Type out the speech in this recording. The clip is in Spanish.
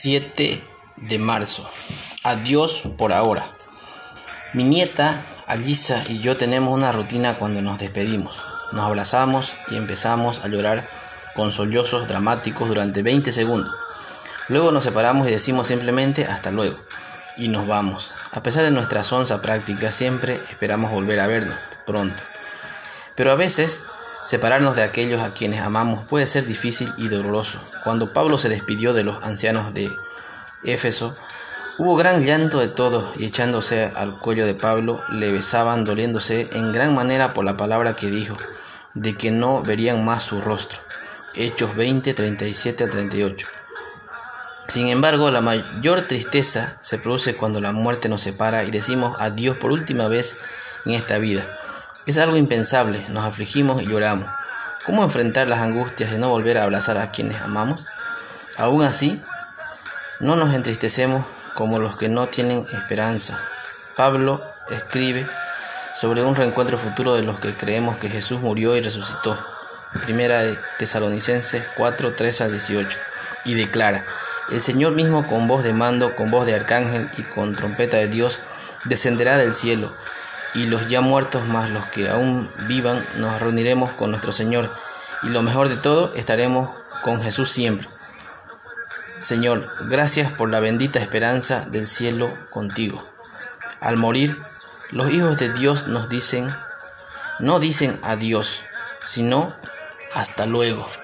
7 de marzo. Adiós por ahora. Mi nieta Alisa y yo tenemos una rutina cuando nos despedimos. Nos abrazamos y empezamos a llorar con sollozos dramáticos durante 20 segundos. Luego nos separamos y decimos simplemente hasta luego y nos vamos. A pesar de nuestra sonsa práctica, siempre esperamos volver a vernos pronto. Pero a veces separarnos de aquellos a quienes amamos puede ser difícil y doloroso. Cuando Pablo se despidió de los ancianos de Éfeso, hubo gran llanto de todos y echándose al cuello de Pablo le besaban, doliéndose en gran manera por la palabra que dijo, de que no verían más su rostro. Hechos 20, 37 a 38. Sin embargo, la mayor tristeza se produce cuando la muerte nos separa y decimos adiós por última vez en esta vida. Es algo impensable, nos afligimos y lloramos. ¿Cómo enfrentar las angustias de no volver a abrazar a quienes amamos? Aún así, no nos entristecemos como los que no tienen esperanza. Pablo escribe sobre un reencuentro futuro de los que creemos que Jesús murió y resucitó. Primera de Tesalonicenses 4, 13 al 18. Y declara: el Señor mismo con voz de mando, con voz de arcángel y con trompeta de Dios descenderá del cielo. Y los ya muertos más los que aún vivan nos reuniremos con nuestro Señor. Y lo mejor de todo, estaremos con Jesús siempre. Señor, gracias por la bendita esperanza del cielo contigo. Al morir, los hijos de Dios no dicen adiós, sino hasta luego.